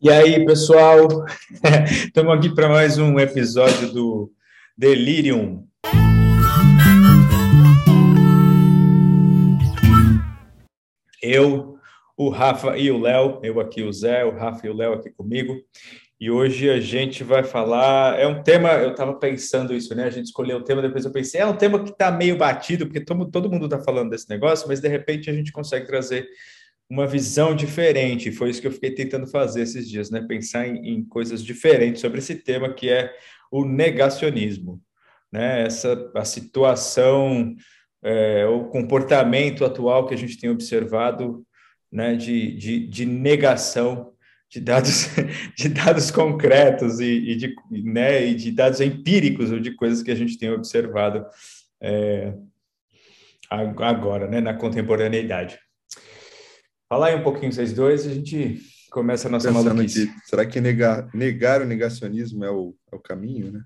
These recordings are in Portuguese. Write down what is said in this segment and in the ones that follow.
E aí, pessoal, estamos aqui para mais um episódio do Delirium. Eu, o Rafa e o Léo, eu aqui o Zé, o Rafa e o Léo aqui comigo. E hoje a gente vai falar, é um tema, eu estava pensando isso, né? A gente escolheu o tema, depois eu pensei, é um tema que está meio batido, porque todo mundo está falando desse negócio, mas de repente a gente consegue trazer uma visão diferente. Foi isso que eu fiquei tentando fazer esses dias, né? Pensar em coisas diferentes sobre esse tema que é o negacionismo, né? A situação, o comportamento atual que a gente tem observado, né? De negação de dados, de dados concretos e de dados empíricos ou de coisas que a gente tem observado agora, né? Na contemporaneidade. Fala aí um pouquinho vocês dois e a gente começa a nossa Pensando maluquice. aqui, será que negar o negacionismo é o caminho, né?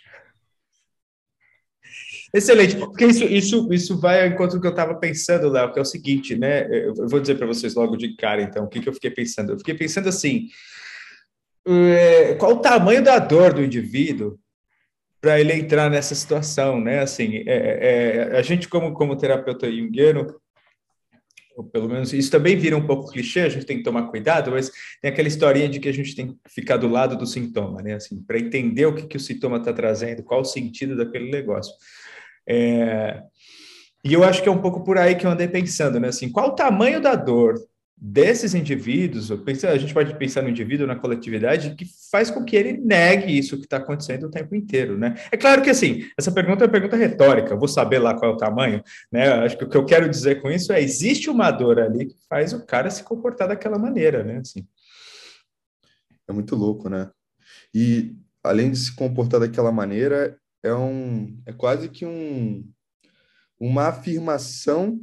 Excelente, porque isso vai ao encontro do que eu estava pensando, Léo, que é o seguinte, né? Eu vou dizer para vocês logo de cara, então, o que eu fiquei pensando? Eu fiquei pensando assim, qual o tamanho da dor do indivíduo para ele entrar nessa situação, né? Assim, a gente como terapeuta junguiano, ou pelo menos isso também vira um pouco clichê, a gente tem que tomar cuidado, mas tem aquela historinha de que a gente tem que ficar do lado do sintoma, né? Assim, para entender o que o sintoma está trazendo, qual o sentido daquele negócio. É, e eu acho que é um pouco por aí que eu andei pensando, né? Assim, qual o tamanho da dor desses indivíduos? A gente pode pensar no indivíduo, na coletividade, que faz com que ele negue isso que está acontecendo o tempo inteiro, né? É claro que, assim, essa pergunta é uma pergunta retórica, eu vou saber lá qual é o tamanho, né? Acho que o que eu quero dizer com isso é, existe uma dor ali que faz o cara se comportar daquela maneira, né? Assim. É muito louco, né? E além de se comportar daquela maneira, é quase que uma afirmação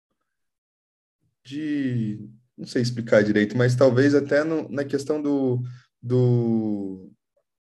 de, não sei explicar direito, mas talvez até na questão do,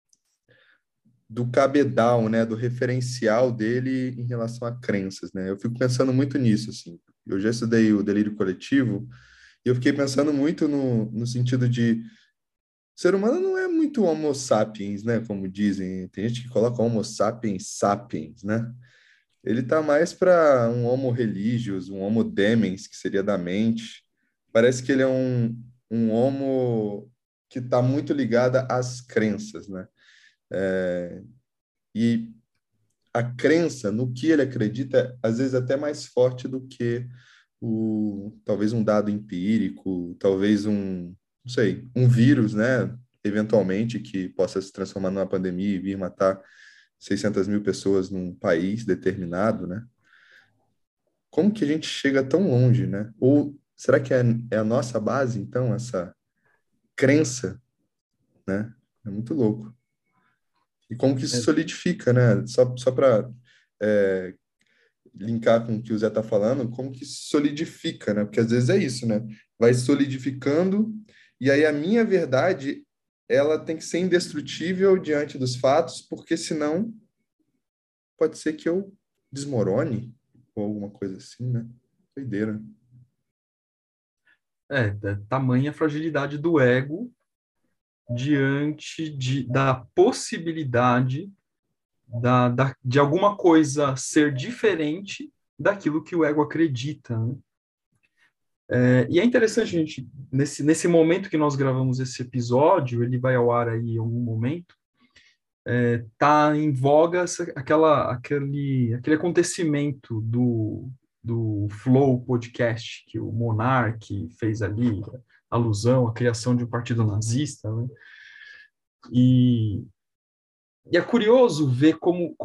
do cabedal, né? Do referencial dele em relação a crenças, né? Eu fico pensando muito nisso, assim. Eu já estudei o delírio coletivo e eu fiquei pensando muito no sentido de o ser humano não é muito Homo sapiens, né? Como dizem. Tem gente que coloca Homo sapiens sapiens, né? Ele tá mais para um Homo religious, um Homo demens, que seria da mente. Parece que ele é um Homo que está muito ligado às crenças, né? E a crença no que ele acredita, às vezes até mais forte do que talvez um dado empírico, talvez não sei, um vírus, né? Eventualmente, que possa se transformar numa pandemia e vir matar 600 mil pessoas num país determinado, né? Como que a gente chega tão longe, né? Ou será que é a nossa base, então, essa crença, né? É muito louco. E como que se É, solidifica, né? Só para linkar com o que o Zé está falando, como que se solidifica, né? Porque às vezes é isso, né? Vai solidificando, e aí a minha verdade, ela tem que ser indestrutível diante dos fatos, porque senão pode ser que eu desmorone, ou alguma coisa assim, né? Doideira. da tamanha fragilidade do ego diante da possibilidade de alguma coisa ser diferente daquilo que o ego acredita, né? E é interessante, gente, nesse momento que nós gravamos esse episódio, ele vai ao ar aí em algum momento, tá em voga aquele acontecimento do Flow Podcast, que o Monark fez ali, alusão à criação de um partido nazista, né? E, e é curioso ver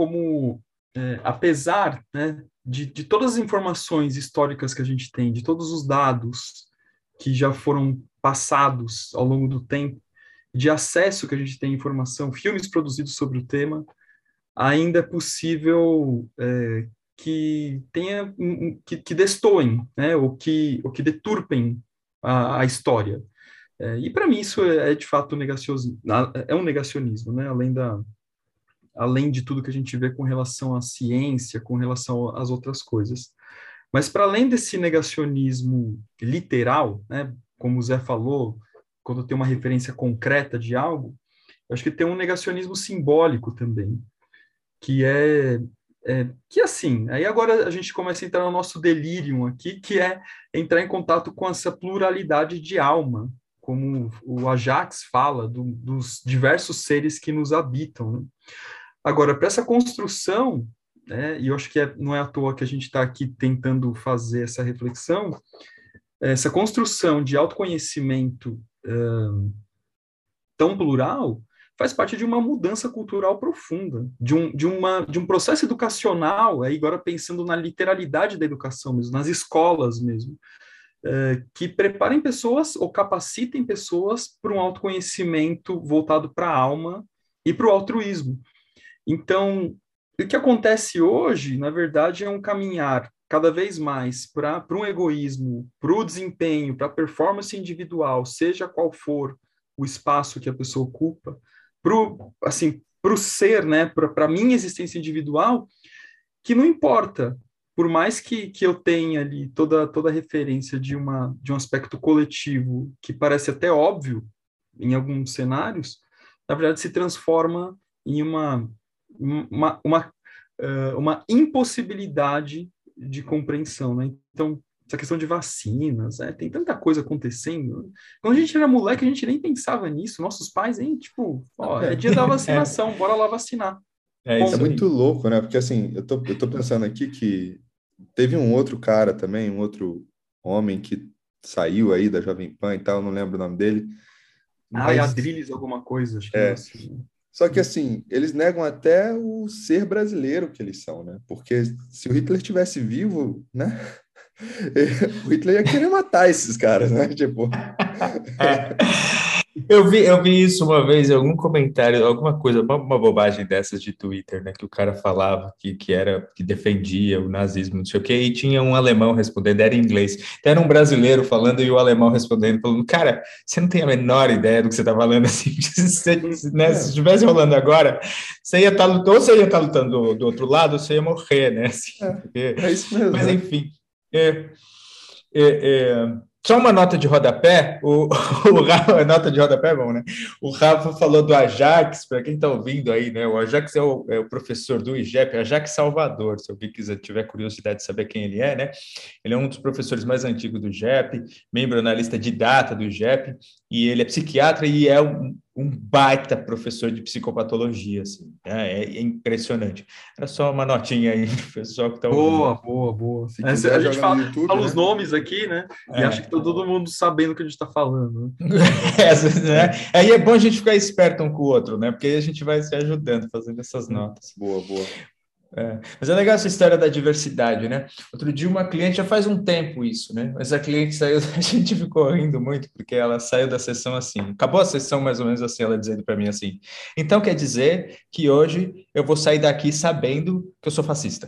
apesar, né, de todas as informações históricas que a gente tem, de todos os dados que já foram passados ao longo do tempo, de acesso que a gente tem à informação, filmes produzidos sobre o tema, ainda é possível que tenha que destoem, né, ou que deturpem a história. E para mim isso é de fato é um negacionismo, né, além de tudo que a gente vê com relação à ciência, com relação às outras coisas. Mas para além desse negacionismo literal, né, como o Zé falou, quando tem uma referência concreta de algo, eu acho que tem um negacionismo simbólico também, que que assim, aí agora a gente começa a entrar no nosso delírio aqui, que é entrar em contato com essa pluralidade de alma, como o Ajax fala, dos diversos seres que nos habitam, né? Agora, para essa construção, né, e eu acho que não é à toa que a gente está aqui tentando fazer essa reflexão, essa construção de autoconhecimento tão plural faz parte de uma mudança cultural profunda, de um processo educacional, aí agora pensando na literalidade da educação mesmo, nas escolas mesmo, que preparem pessoas ou capacitem pessoas para um autoconhecimento voltado para a alma e para o altruísmo. Então, o que acontece hoje, na verdade, é um caminhar cada vez mais para um egoísmo, para o desempenho, para a performance individual, seja qual for o espaço que a pessoa ocupa, para o ser, né, para a minha existência individual, que não importa, por mais que eu tenha ali toda a referência de um aspecto coletivo, que parece até óbvio em alguns cenários, na verdade se transforma em uma impossibilidade de compreensão, né? Então, essa questão de vacinas, tem tanta coisa acontecendo. Quando a gente era moleque, a gente nem pensava nisso. Nossos pais, tipo, é dia da vacinação, bora lá vacinar. É muito louco, né? Porque, assim, eu tô pensando aqui que teve um outro cara também, um outro homem que saiu aí da Jovem Pan e tal, não lembro o nome dele. Mas... Adrilles alguma coisa, acho que é assim. Só que, assim, eles negam até o ser brasileiro que eles são, né? Porque se o Hitler estivesse vivo, né? O Hitler ia querer matar esses caras, né? Tipo... Eu vi isso uma vez em algum comentário, alguma coisa, uma bobagem dessas de Twitter, né? Que o cara falava que defendia o nazismo, não sei o quê, e tinha um alemão respondendo, era em inglês. Então, era um brasileiro falando e o alemão respondendo, falando, cara, você não tem a menor ideia do que você está falando, assim, se estivesse rolando agora, você ia estar lutando, ou você ia estar lutando do outro lado, ou você ia morrer, né? Assim, é isso mesmo. Mas, enfim... Só uma nota de rodapé, a nota de rodapé é bom, né? O Rafa falou do Ajax, para quem está ouvindo aí, né? O Ajax é o professor do IGEP, Ajax Salvador, se alguém tiver curiosidade de saber quem ele é, né? Ele é um dos professores mais antigos do IGEP, membro na lista de data do IGEP, e ele é psiquiatra e é um baita professor de psicopatologia, assim, né? É impressionante. Era só uma notinha aí, pessoal que está ouvindo. Boa. Se quiser, a gente fala YouTube, né? os nomes aqui, né? E acha que tá todo mundo sabendo o que a gente está falando. Né? Aí é bom a gente ficar esperto um com o outro, né? Porque aí a gente vai se ajudando, fazendo essas notas. Boa. Mas é legal essa história da diversidade, né? Outro dia uma cliente, já faz um tempo isso, né? Mas a cliente saiu, a gente ficou rindo muito, porque ela saiu da sessão assim, acabou a sessão mais ou menos assim, ela dizendo para mim assim, então quer dizer que hoje eu vou sair daqui sabendo que eu sou fascista.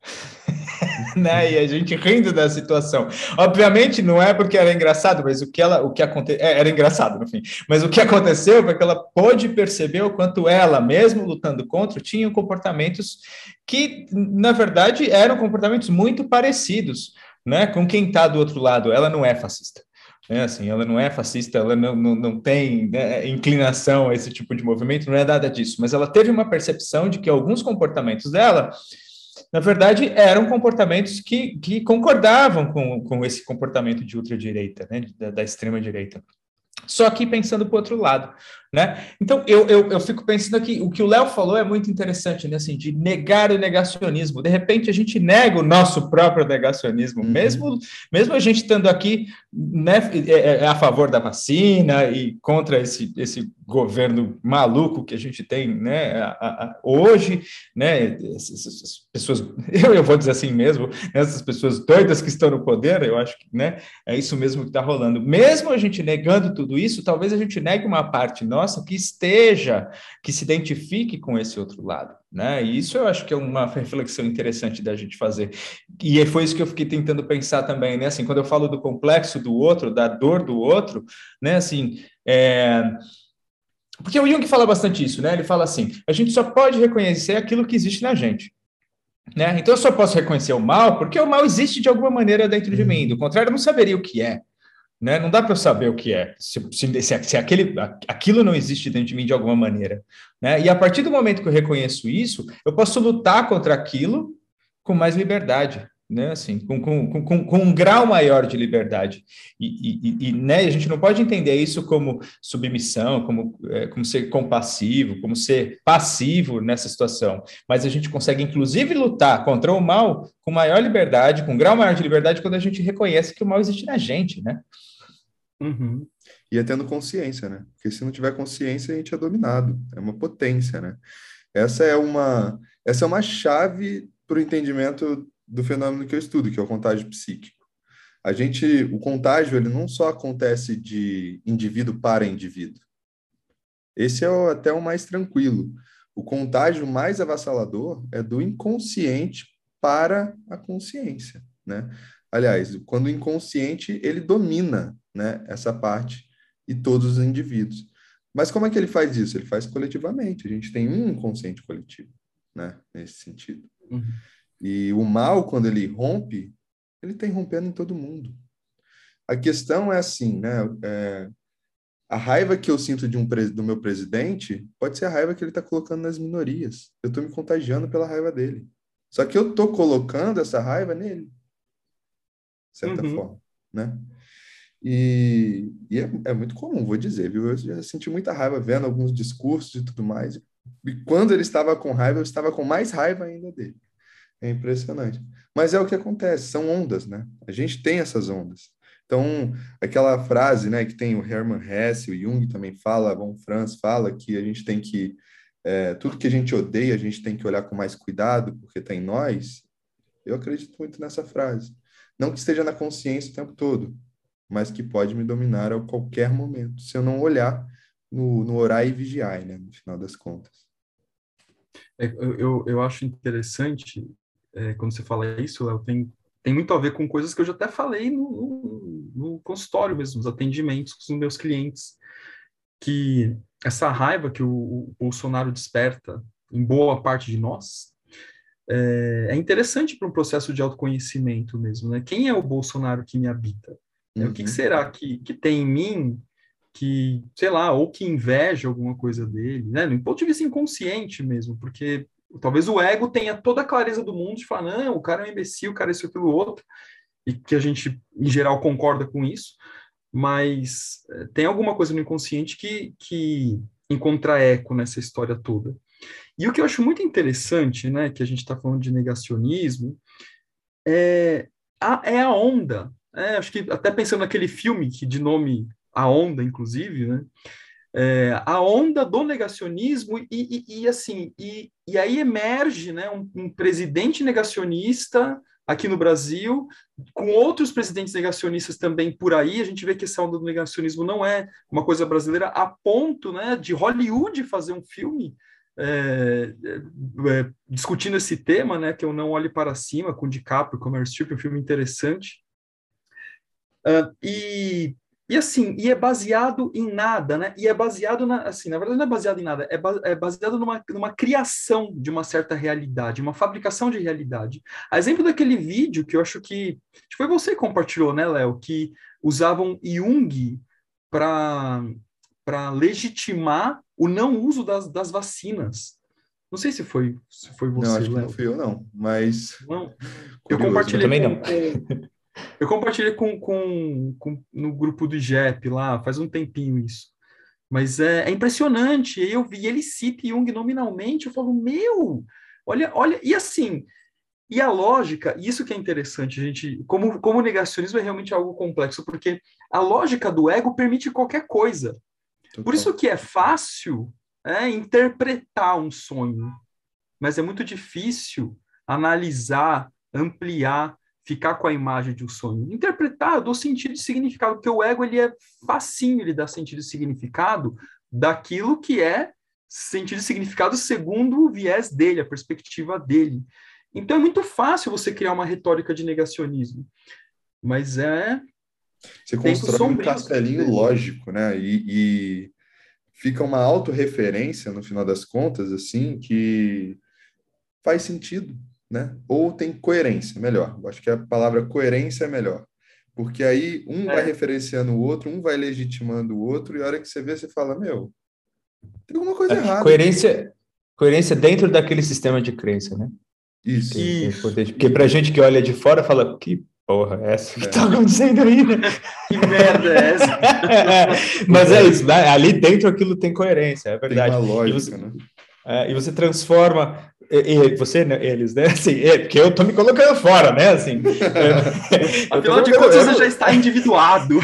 Né? E a gente rindo da situação. Obviamente não é porque era engraçado, mas era engraçado no fim. Mas o que aconteceu foi que ela pôde perceber o quanto ela, mesmo lutando contra, tinha comportamentos que, na verdade, eram comportamentos muito parecidos, né, com quem está do outro lado. Ela não é fascista. Assim, ela não é fascista, ela não tem, né, inclinação a esse tipo de movimento, não é nada disso. Mas ela teve uma percepção de que alguns comportamentos dela, na verdade, eram comportamentos que concordavam com esse comportamento de ultradireita, né, da extrema-direita. Só que pensando para o outro lado, né? Então, eu fico pensando aqui, o que o Léo falou é muito interessante, né? Assim, de negar o negacionismo. De repente, a gente nega o nosso próprio negacionismo, mesmo a gente estando aqui, né, a favor da vacina e contra esse governo maluco que a gente tem, né, hoje, né? Essas pessoas, eu vou dizer assim mesmo, essas pessoas doidas que estão no poder, eu acho que, né, é isso mesmo que está rolando. Mesmo a gente negando tudo isso, talvez a gente negue uma parte nossa que se identifique com esse outro lado, né? E isso eu acho que é uma reflexão interessante da gente fazer. E foi isso que eu fiquei tentando pensar também, né? Assim, quando eu falo do complexo do outro, da dor do outro, né? Assim, porque o Jung fala bastante isso, né? Ele fala assim, a gente só pode reconhecer aquilo que existe na gente. Né? Então eu só posso reconhecer o mal porque o mal existe de alguma maneira dentro de mim, do contrário eu não saberia o que é. né? Não dá para eu saber o que é, se aquilo não existe dentro de mim de alguma maneira, né? E a partir do momento que eu reconheço isso, eu posso lutar contra aquilo com mais liberdade, né? Assim, com um grau maior de liberdade. Né? A gente não pode entender isso como submissão, como ser compassivo, como ser passivo nessa situação, mas a gente consegue, inclusive, lutar contra o mal com maior liberdade, com um grau maior de liberdade, quando a gente reconhece que o mal existe na gente, né? Uhum. E é tendo consciência, né? Porque se não tiver consciência, a gente é dominado. É uma potência, né? Essa é uma chave para o entendimento do fenômeno que eu estudo, que é o contágio psíquico. O contágio, ele não só acontece de indivíduo para indivíduo. Esse é até o mais tranquilo. O contágio mais avassalador é do inconsciente para a consciência, né? Aliás, quando o inconsciente, ele domina, né, essa parte e todos os indivíduos. Mas como é que ele faz isso? Ele faz coletivamente. A gente tem um inconsciente coletivo, né, nesse sentido. Uhum. E o mal, quando ele rompe, ele está rompendo em todo mundo. A questão é assim, né? A raiva que eu sinto do meu presidente pode ser a raiva que ele está colocando nas minorias. Eu estou me contagiando pela raiva dele. Só que eu estou colocando essa raiva nele, de certa forma, né? É muito comum, vou dizer, viu? Eu já senti muita raiva vendo alguns discursos e tudo mais. E quando ele estava com raiva, eu estava com mais raiva ainda dele. É impressionante. Mas é o que acontece, são ondas, né? A gente tem essas ondas. Então, aquela frase, né, que tem o Hermann Hesse, o Jung também fala, von Franz fala que a gente tem que, tudo que a gente odeia, a gente tem que olhar com mais cuidado, porque está em nós. Eu acredito muito nessa frase. Não que esteja na consciência o tempo todo, mas que pode me dominar a qualquer momento, se eu não olhar no orar e vigiar, né, no final das contas. Eu acho interessante, quando você fala isso, Léo, tem muito a ver com coisas que eu já até falei no consultório mesmo, nos atendimentos com os meus clientes, que essa raiva que o Bolsonaro desperta em boa parte de nós é interessante para um processo de autoconhecimento mesmo, né? Quem é o Bolsonaro que me habita? O que será que tem em mim que, sei lá, ou que inveja alguma coisa dele, né? No ponto de vista inconsciente mesmo, porque talvez o ego tenha toda a clareza do mundo de falar, não, o cara é um imbecil, o cara é isso, aquilo, outro, e que a gente, em geral, concorda com isso, mas tem alguma coisa no inconsciente que encontra eco nessa história toda. E o que eu acho muito interessante, né, que a gente está falando de negacionismo, é a onda. Acho que até pensando naquele filme que de nome A Onda, inclusive, né? A onda do negacionismo e aí emerge, né, um presidente negacionista aqui no Brasil, com outros presidentes negacionistas também por aí. A gente vê que essa onda do negacionismo não é uma coisa brasileira, a ponto, né, de Hollywood fazer um filme discutindo esse tema, né, que é o Não Olhe Para Cima, com DiCaprio, com Meryl Streep, um filme interessante. E é baseado em nada, né? E é baseado assim, na verdade não é baseado em nada, é baseado numa criação de uma certa realidade, uma fabricação de realidade. A exemplo daquele vídeo que eu acho que foi você que compartilhou, né, Léo, que usavam Jung para legitimar o não uso das vacinas. Não sei se foi Não, você, acho que não Léo. fui eu, não, mas Não. Eu curioso. Eu compartilhei também não. Eu compartilhei no grupo do IGEP lá, faz um tempinho isso. Mas é impressionante. Eu vi ele cita Jung nominalmente, eu falo, meu, olha, e assim, e a lógica, isso que é interessante, gente, como o negacionismo é realmente algo complexo, porque a lógica do ego permite qualquer coisa. Por Total. isso que é fácil interpretar um sonho, mas é muito difícil analisar, ampliar, ficar com a imagem de um sonho. Interpretar, eu dou sentido e significado, porque o ego ele é facinho, ele dá sentido e significado daquilo que é sentido e significado segundo o viés dele, a perspectiva dele. Então é muito fácil você criar uma retórica de negacionismo, mas Você tempos constrói um sombrios. castelinho lógico, né? E fica uma autorreferência, no final das contas, assim, que faz sentido, né? Ou tem coerência, melhor. Eu acho que a palavra coerência é melhor. Porque aí um vai referenciando o outro, um vai legitimando o outro, e a hora que você vê, você fala, meu, tem alguma coisa errada. Coerência dentro daquele sistema de crença, né? Isso. Que é importante. Porque pra gente que olha de fora, fala, que porra é essa que tá acontecendo aí, né? Que merda é essa? Mas é isso, né? Ali dentro aquilo tem coerência, é verdade. Tem uma lógica, né? E você transforma você, né, eles, né? Assim, porque eu tô me colocando fora, né? Assim, afinal de contas, você já está individuado.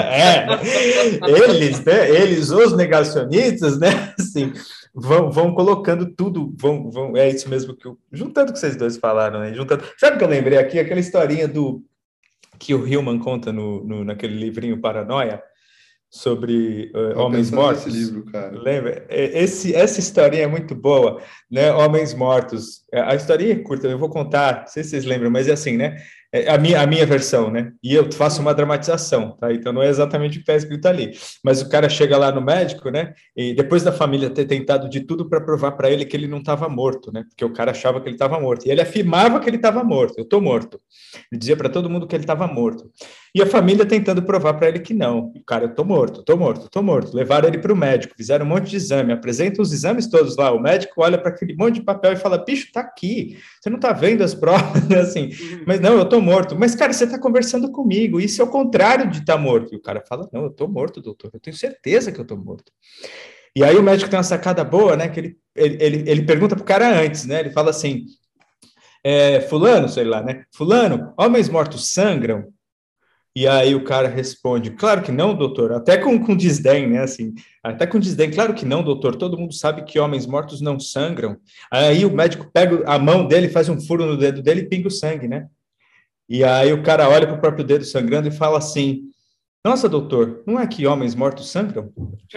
Eles, né? Eles, os negacionistas, né? Assim, vão colocando tudo, é isso mesmo juntando o que vocês dois falaram, né? Sabe o que eu lembrei aqui? Aquela historinha que o Hillman conta naquele livrinho Paranoia, sobre homens mortos. Nesse livro, cara. Lembra? Essa historinha é muito boa, né? Homens mortos. A historinha é curta, eu vou contar, não sei se vocês lembram, mas é assim, né? A minha versão, né? E eu faço uma dramatização, tá? Então não é exatamente o que está escrito ali. Mas o cara chega lá no médico, né? E depois da família ter tentado de tudo para provar para ele que ele não estava morto, né? Porque o cara achava que ele estava morto. E ele afirmava que ele estava morto. Eu estou morto. Ele dizia para todo mundo que ele estava morto. E a família tentando provar para ele que não. O cara, eu estou morto, estou morto, estou morto. Levaram ele para o médico, fizeram um monte de exame, apresentam os exames todos lá. O médico olha para aquele monte de papel e fala, bicho, tá aqui. Você não está vendo as provas, assim. Mas não, eu estou morto. Mas, cara, você está conversando comigo. Isso é o contrário de estar morto. E o cara fala, não, eu estou morto, doutor. Eu tenho certeza que eu estou morto. E aí o médico tem uma sacada boa, né? Que ele pergunta para o cara antes, né? Ele fala assim, fulano, sei lá, né? Fulano, homens mortos sangram? E aí o cara responde, claro que não, doutor, até com desdém, né, assim, até com desdém, claro que não, doutor, todo mundo sabe que homens mortos não sangram. Aí o médico pega a mão dele, faz um furo no dedo dele e pinga o sangue, né? E aí o cara olha para o próprio dedo sangrando e fala assim, nossa, doutor, não é que homens mortos sangram?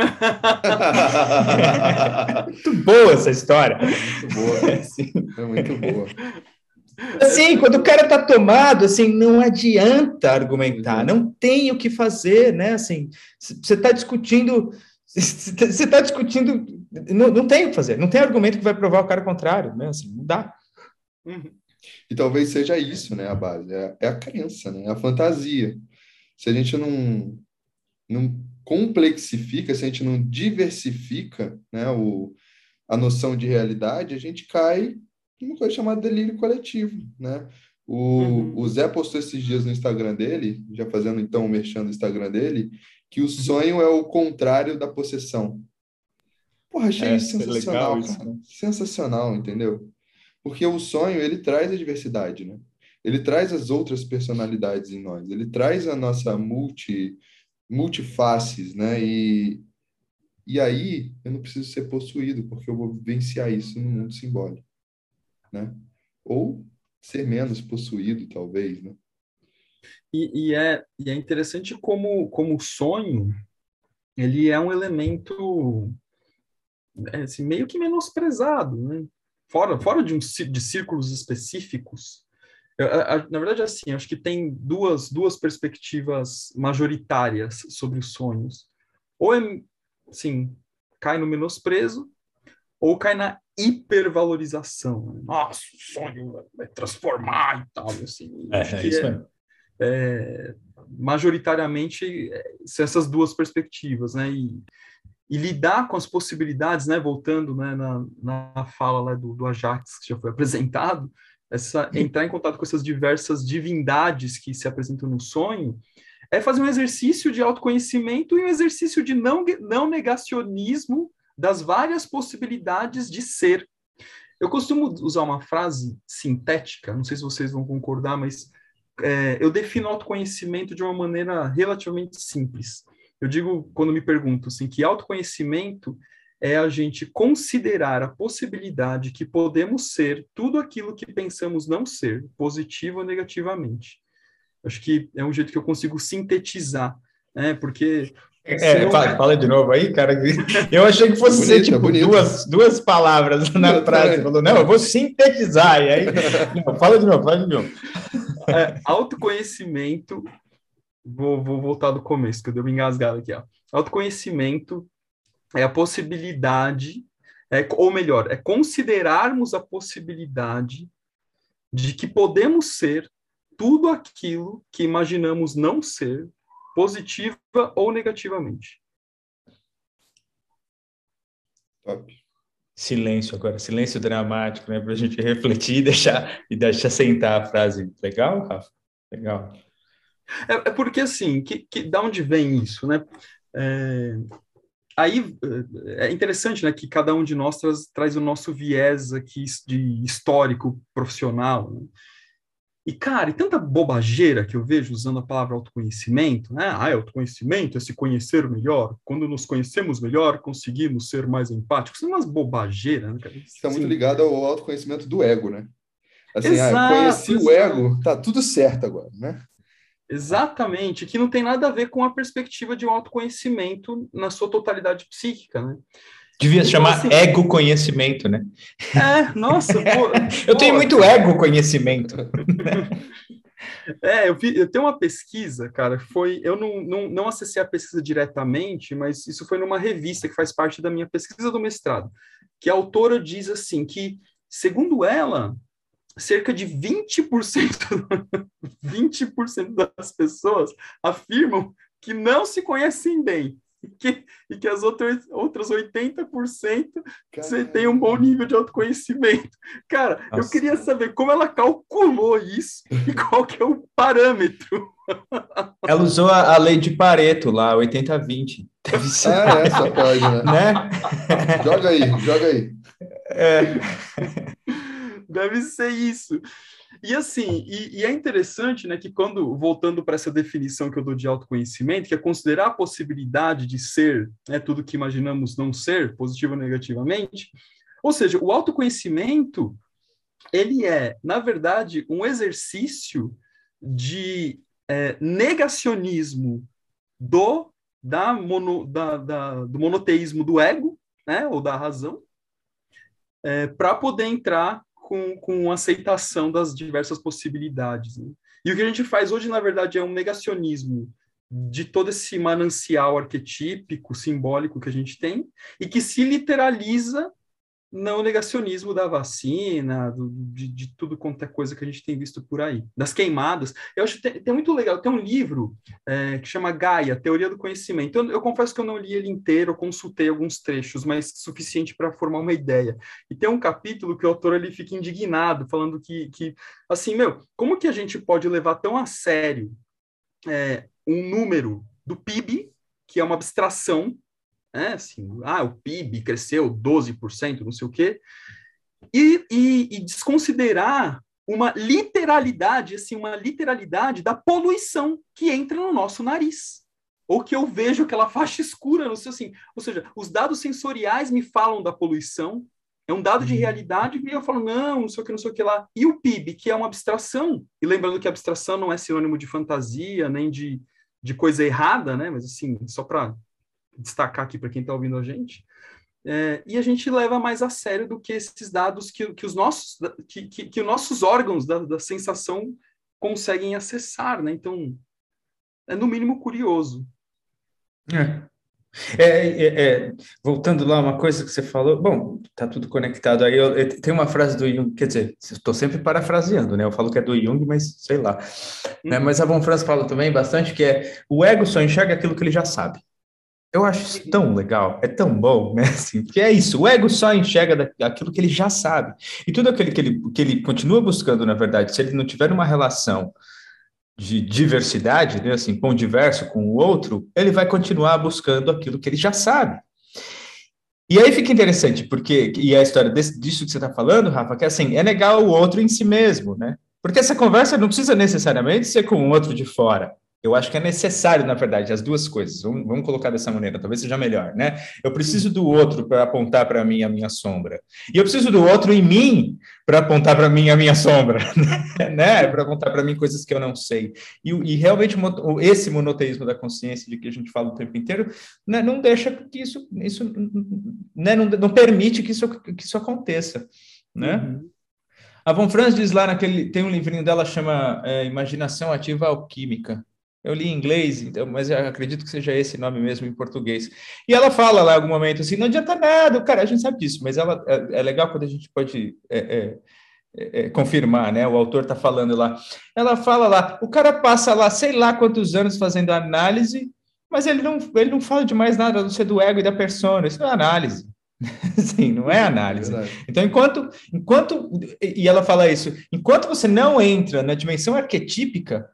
Muito boa essa história. Muito boa. Assim. É muito boa. Assim, quando o cara tá tomado, assim, não adianta argumentar, não tem o que fazer, né? Assim, você está discutindo, não tem o que fazer, não tem argumento que vai provar o cara contrário, né? Assim, não dá. E talvez seja isso, né, a base, é a crença, né, a fantasia. Se a gente não complexifica, se a gente não diversifica, né, a noção de realidade, a gente cai uma coisa chamada delírio coletivo, né? O Zé postou esses dias no Instagram dele, já fazendo então o merchan do Instagram dele, que o sonho é o contrário da possessão. Porra, achei isso sensacional, legal, cara. Isso, né? Sensacional, entendeu? Porque o sonho, ele traz a diversidade, né? Ele traz as outras personalidades em nós, ele traz a nossa multifaces, né? E aí, eu não preciso ser possuído, porque eu vou vivenciar isso no mundo simbólico, né? Ou ser menos possuído, talvez, né? E é interessante como o sonho, ele é um elemento assim, meio que menosprezado, né? Fora de círculos específicos. Na verdade, assim, acho que tem duas perspectivas majoritárias sobre os sonhos. Ou assim, cai no menosprezo, ou cai na hipervalorização. Nossa, o sonho vai transformar e tal. Assim, acho que isso mesmo. Majoritariamente são essas duas perspectivas, né? E lidar com as possibilidades, né? Voltando, né, na fala lá do Ajax, que já foi apresentado, entrar em contato com essas diversas divindades que se apresentam no sonho, é fazer um exercício de autoconhecimento e um exercício de não negacionismo das várias possibilidades de ser. Eu costumo usar uma frase sintética, não sei se vocês vão concordar, mas eu defino autoconhecimento de uma maneira relativamente simples. Eu digo, quando me pergunto assim, que autoconhecimento é a gente considerar a possibilidade que podemos ser tudo aquilo que pensamos não ser, positivo ou negativamente. Acho que é um jeito que eu consigo sintetizar, né? Porque fala de novo aí, cara. Eu achei que fosse ser tipo duas palavras na frase. Falou, não, eu vou sintetizar. E aí, não, fala de novo. Autoconhecimento, vou voltar do começo, que eu dei uma engasgada aqui. Ó. Autoconhecimento é a possibilidade, ou melhor, é considerarmos a possibilidade de que podemos ser tudo aquilo que imaginamos não ser, positiva ou negativamente. Top. Silêncio agora, silêncio dramático, né? Para a gente refletir e deixar sentar a frase. Legal, Rafa? Legal. É porque, assim, da onde vem isso, né? Aí é interessante, né, que cada um de nós traz o nosso viés aqui de histórico profissional, né? E, cara, e tanta bobageira que eu vejo usando a palavra autoconhecimento, né? Autoconhecimento é se conhecer melhor. Quando nos conhecemos melhor, conseguimos ser mais empáticos. São umas bobageiras, né, cara? Está muito ligado ao autoconhecimento do ego, né? Assim, Exato, conheci o ego, tá tudo certo agora, né? Exatamente, que não tem nada a ver com a perspectiva de um autoconhecimento na sua totalidade psíquica, né? Devia Então, chamar assim, ego-conhecimento, né? Nossa, Eu tenho muito ego-conhecimento. Eu tenho uma pesquisa, cara, eu não acessei a pesquisa diretamente, mas isso foi numa revista que faz parte da minha pesquisa do mestrado, que a autora diz assim, que, segundo ela, cerca de 20% das pessoas afirmam que não se conhecem bem. E que as outras 80% você tem um bom nível de autoconhecimento. Cara, Nossa. Eu queria saber como ela calculou isso e qual que é o parâmetro. Ela usou a lei de Pareto lá, 80-20. Deve ser. Só pode, né? Joga aí. Deve ser isso. E assim, e é interessante, né, que voltando para essa definição que eu dou de autoconhecimento, que é considerar a possibilidade de ser, né, tudo que imaginamos não ser, positivo ou negativamente, ou seja, o autoconhecimento, ele é, na verdade, um exercício de negacionismo do monoteísmo do ego, né, ou da razão, para poder entrar com aceitação das diversas possibilidades. Né? E o que a gente faz hoje, na verdade, é um negacionismo de todo esse manancial arquetípico, simbólico que a gente tem, e que se literaliza no negacionismo da vacina, de tudo quanto é coisa que a gente tem visto por aí, das queimadas. Eu acho que tem muito legal, tem um livro que chama Gaia, Teoria do Conhecimento. Eu confesso que eu não li ele inteiro, eu consultei alguns trechos, mas suficiente para formar uma ideia. E tem um capítulo que o autor ele fica indignado, falando que assim, como que a gente pode levar tão a sério um número do PIB, que é uma abstração, assim, o PIB cresceu 12%, não sei o quê, e desconsiderar uma literalidade da poluição que entra no nosso nariz, ou que eu vejo aquela faixa escura, não sei assim, ou seja, os dados sensoriais me falam da poluição, é um dado de realidade, e eu falo, não sei o que lá, e o PIB, que é uma abstração, e lembrando que abstração não é sinônimo de fantasia, nem de coisa errada, né, mas assim, só para destacar aqui para quem está ouvindo a gente, e a gente leva mais a sério do que esses dados que os nossos órgãos da sensação conseguem acessar, né? Então, é no mínimo curioso. Voltando lá, uma coisa que você falou, bom, tá tudo conectado aí, tem uma frase do Jung, quer dizer, estou sempre parafraseando, né, eu falo que é do Jung, mas sei lá, né, mas a Von Franz fala também bastante que o ego só enxerga aquilo que ele já sabe. Eu acho isso tão legal, é tão bom, né, assim, porque é isso, o ego só enxerga aquilo que ele já sabe, e tudo aquilo que ele continua buscando, na verdade, se ele não tiver uma relação de diversidade, né, assim, com o diverso, com o outro, ele vai continuar buscando aquilo que ele já sabe. E aí fica interessante, porque, e a história disso que você está falando, Rafa, que assim, é negar o outro em si mesmo, né? Porque essa conversa não precisa necessariamente ser com o outro de fora. Eu acho que é necessário, na verdade, as duas coisas. Vamos colocar dessa maneira, talvez seja melhor, né? Eu preciso do outro para apontar para mim a minha sombra. E eu preciso do outro em mim para apontar para mim a minha sombra, né? Para apontar para mim coisas que eu não sei. E realmente esse monoteísmo da consciência de que a gente fala o tempo inteiro, né, não deixa que isso né, não permite que isso aconteça, né? Uhum. A Von Franz diz lá tem um livrinho dela chama Imaginação Ativa Alquímica. Eu li em inglês, então, mas eu acredito que seja esse nome mesmo em português. E ela fala lá em algum momento assim, não adianta nada, cara, a gente sabe disso, mas é legal quando a gente pode confirmar, né? O autor está falando lá. Ela fala lá, o cara passa lá, sei lá quantos anos fazendo análise, mas ele não fala de mais nada, a não ser do ego e da persona. Isso não é análise. Sim, não é análise. Então, e ela fala isso, enquanto você não entra na dimensão arquetípica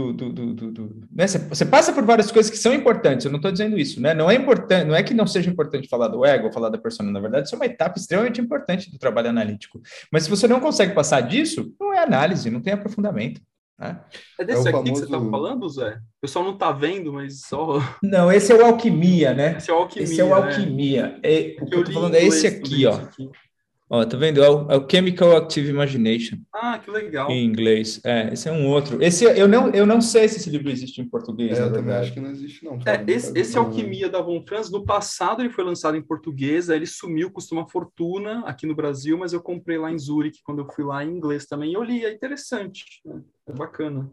né? Você passa por várias coisas que são importantes, eu não estou dizendo isso, né? Não é importante, não é que não seja importante falar do ego ou falar da persona, na verdade, isso é uma etapa extremamente importante do trabalho analítico. Mas se você não consegue passar disso, não é análise, não tem aprofundamento. Né? É desse aqui que você está falando, Zé? O pessoal não está vendo, mas só... Não, esse é o Alquimia, né? Esse é o Alquimia. Esse é o Alquimia. O que eu estou falando é esse aqui, ó. Ó, tá vendo? É o Chemical Active Imagination. Ah, que legal. Em inglês. Esse é um outro. Esse eu não sei se esse livro existe em português. Eu também acho que não existe, não. Esse Alquimia da Von Franz, no passado ele foi lançado em português, aí ele sumiu, custa uma fortuna aqui no Brasil, mas eu comprei lá em Zurique quando eu fui lá em inglês também. E eu li, é interessante, né? É bacana.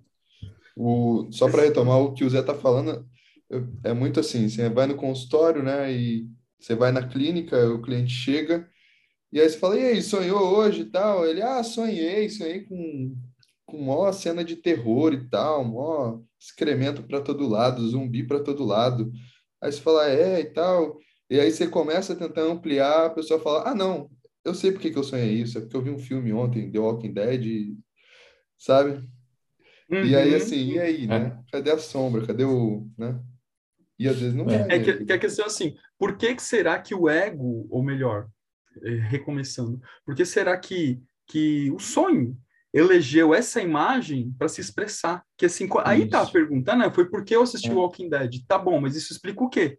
Só para retomar o que o Zé tá falando, é muito assim, você vai no consultório, né, e você vai na clínica, o cliente chega, e aí você fala, e aí, sonhou hoje e tal? Ele, sonhei com mó cena de terror e tal, mó excremento para todo lado, zumbi para todo lado. Aí você fala, e tal, e aí você começa a tentar ampliar, a pessoa fala, não, eu sei por que eu sonhei isso, é porque eu vi um filme ontem, The Walking Dead, sabe? E aí, assim, e aí, né? Cadê a sombra? Cadê né? E às vezes não vai. Que a questão é assim, por que será que o ego, ou melhor, recomeçando, por que será que o sonho elegeu essa imagem para se expressar? Que assim, aí tá a pergunta, né? Foi porque eu assisti Walking Dead. Tá bom, mas isso explica o quê?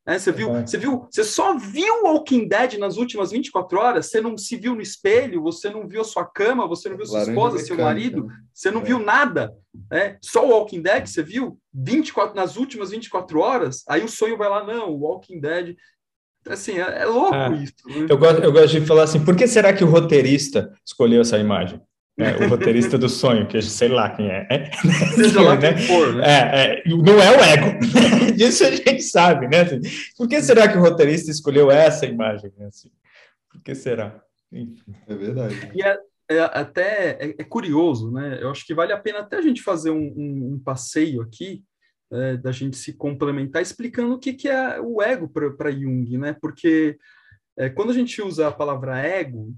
Você só viu Walking Dead nas últimas 24 horas? Você não se viu no espelho? Você não viu sua cama? Você não viu sua esposa, seu marido? Você não viu nada? Só o Walking Dead você viu? Nas últimas 24 horas? Aí o sonho vai lá, não, o Walking Dead... Assim, é louco isso. Né? Eu gosto de falar assim, por que será que o roteirista escolheu essa imagem? O roteirista do sonho, que sei lá quem é. Seja lá quem for, né? Não é o ego. Disso a gente sabe, né? Assim, por que será que o roteirista escolheu essa imagem? Assim, por que será? Enfim. É verdade. E até curioso, né? Eu acho que vale a pena até a gente fazer um passeio aqui, da gente se complementar, explicando o que é o ego para Jung, né? Porque quando a gente usa a palavra ego,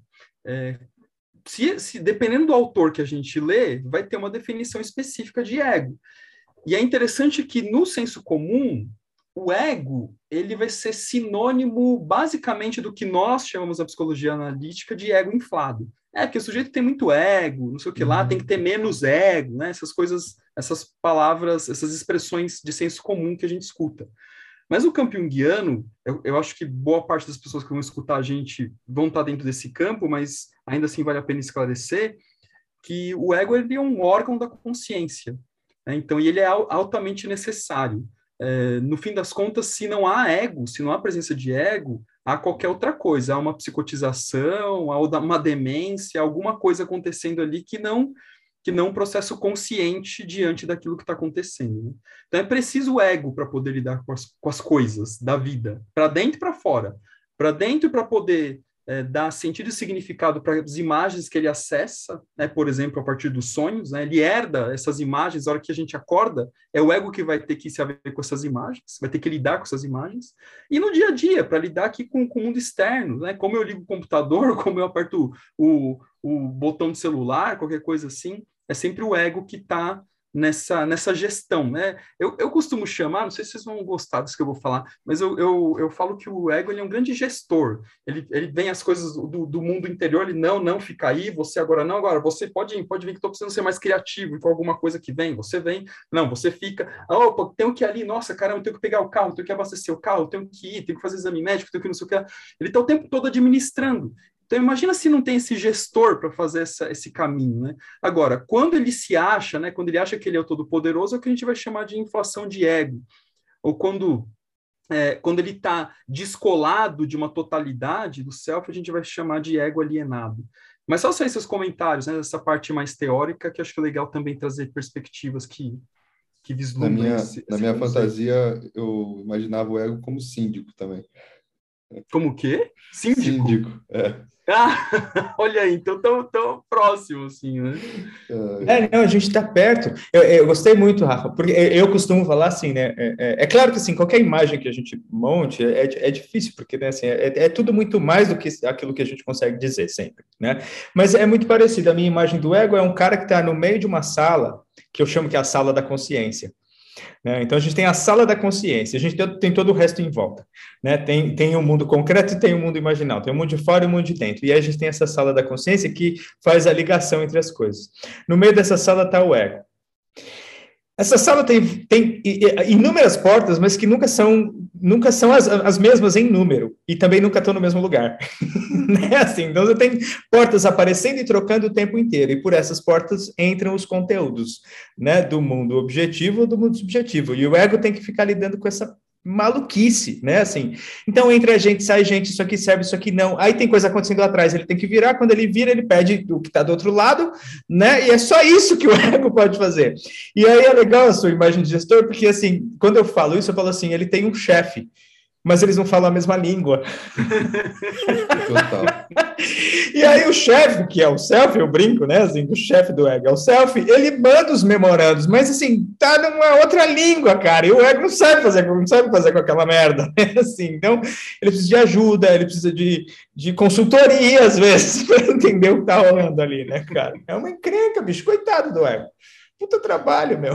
se dependendo do autor que a gente lê, vai ter uma definição específica de ego. E é interessante que no senso comum, o ego ele vai ser sinônimo basicamente do que nós chamamos na psicologia analítica de ego inflado. Porque o sujeito tem muito ego, não sei o que lá, tem que ter menos ego, né? Essas coisas, essas palavras, essas expressões de senso comum que a gente escuta. Mas o campo junguiano, eu acho que boa parte das pessoas que vão escutar a gente vão estar dentro desse campo, mas ainda assim vale a pena esclarecer que o ego ele é um órgão da consciência, né? Então, ele é altamente necessário. No fim das contas, se não há ego, se não há presença de ego, há qualquer outra coisa, há uma psicotização, há uma demência, alguma coisa acontecendo ali que não um processo consciente diante daquilo que está acontecendo. Né? Então é preciso o ego para poder lidar com as coisas da vida, para dentro e para fora. Para dentro para poder dar sentido e significado para as imagens que ele acessa, né? Por exemplo, a partir dos sonhos, né? Ele herda essas imagens, a hora que a gente acorda, é o ego que vai ter que se haver com essas imagens, vai ter que lidar com essas imagens, e no dia a dia, para lidar aqui com o mundo externo, né? Como eu ligo o computador, como eu aperto o botão de celular, qualquer coisa assim, é sempre o ego que está nessa gestão, né? Eu costumo chamar, não sei se vocês vão gostar disso que eu vou falar, mas eu falo que o ego ele é um grande gestor. Ele vem as coisas do mundo interior, ele não fica aí, você agora não, agora você pode vir que estou precisando ser mais criativo com alguma coisa que vem, você vem, não, você fica, opa, tenho que ir ali, nossa, caramba, tenho que pegar o carro, tenho que abastecer o carro, tenho que ir, tenho que fazer exame médico, tenho que não sei o que. Ele está o tempo todo administrando. Então, imagina se não tem esse gestor para fazer esse caminho, né? Agora, quando ele se acha, né, quando ele acha que ele é o todo-poderoso, é o que a gente vai chamar de inflação de ego. Ou quando ele está descolado de uma totalidade do self, a gente vai chamar de ego alienado. Mas só esses comentários, né, essa parte mais teórica, que acho que é legal também trazer perspectivas que vislumbram Na minha fantasia, eu imaginava o ego como síndico também. Como o quê? Síndico? Síndico, Ah, olha aí, então tão próximo, assim, né? Não, a gente está perto. Eu gostei muito, Rafa, porque eu costumo falar assim, né? É claro que assim, qualquer imagem que a gente monte é difícil, porque né, assim, é tudo muito mais do que aquilo que a gente consegue dizer sempre, né? Mas é muito parecido. A minha imagem do ego é um cara que está no meio de uma sala, que eu chamo que é a sala da consciência. Né? Então, a gente tem a sala da consciência, a gente tem todo o resto em volta. Né? Tem o mundo concreto e tem o mundo imaginal, tem o mundo de fora e o mundo de dentro. E aí a gente tem essa sala da consciência que faz a ligação entre as coisas. No meio dessa sala está o ego. Essa sala tem inúmeras portas, mas que nunca são as mesmas em número, e também nunca estão no mesmo lugar. Né? Assim, então, você tem portas aparecendo e trocando o tempo inteiro, e por essas portas entram os conteúdos, né, do mundo objetivo ou do mundo subjetivo, e o ego tem que ficar lidando com essa maluquice, né, assim, então entra gente, sai gente, isso aqui serve, isso aqui não, aí tem coisa acontecendo lá atrás, ele tem que virar, quando ele vira, ele pede o que está do outro lado, né, e é só isso que o ego pode fazer, e aí é legal a sua imagem de gestor, porque assim, quando eu falo isso, eu falo assim, ele tem um chefe, mas eles não falam a mesma língua. Total. E aí o chefe, que é o self, eu brinco, né, assim, o chefe do ego é o self, ele manda os memorandos, mas assim, tá numa outra língua, cara, e o ego não sabe fazer com aquela merda, né? Assim, então ele precisa de ajuda, ele precisa de consultoria, às vezes, para entender o que tá rolando ali, né, cara? É uma encrenca, bicho, coitado do ego. Puta trabalho, meu.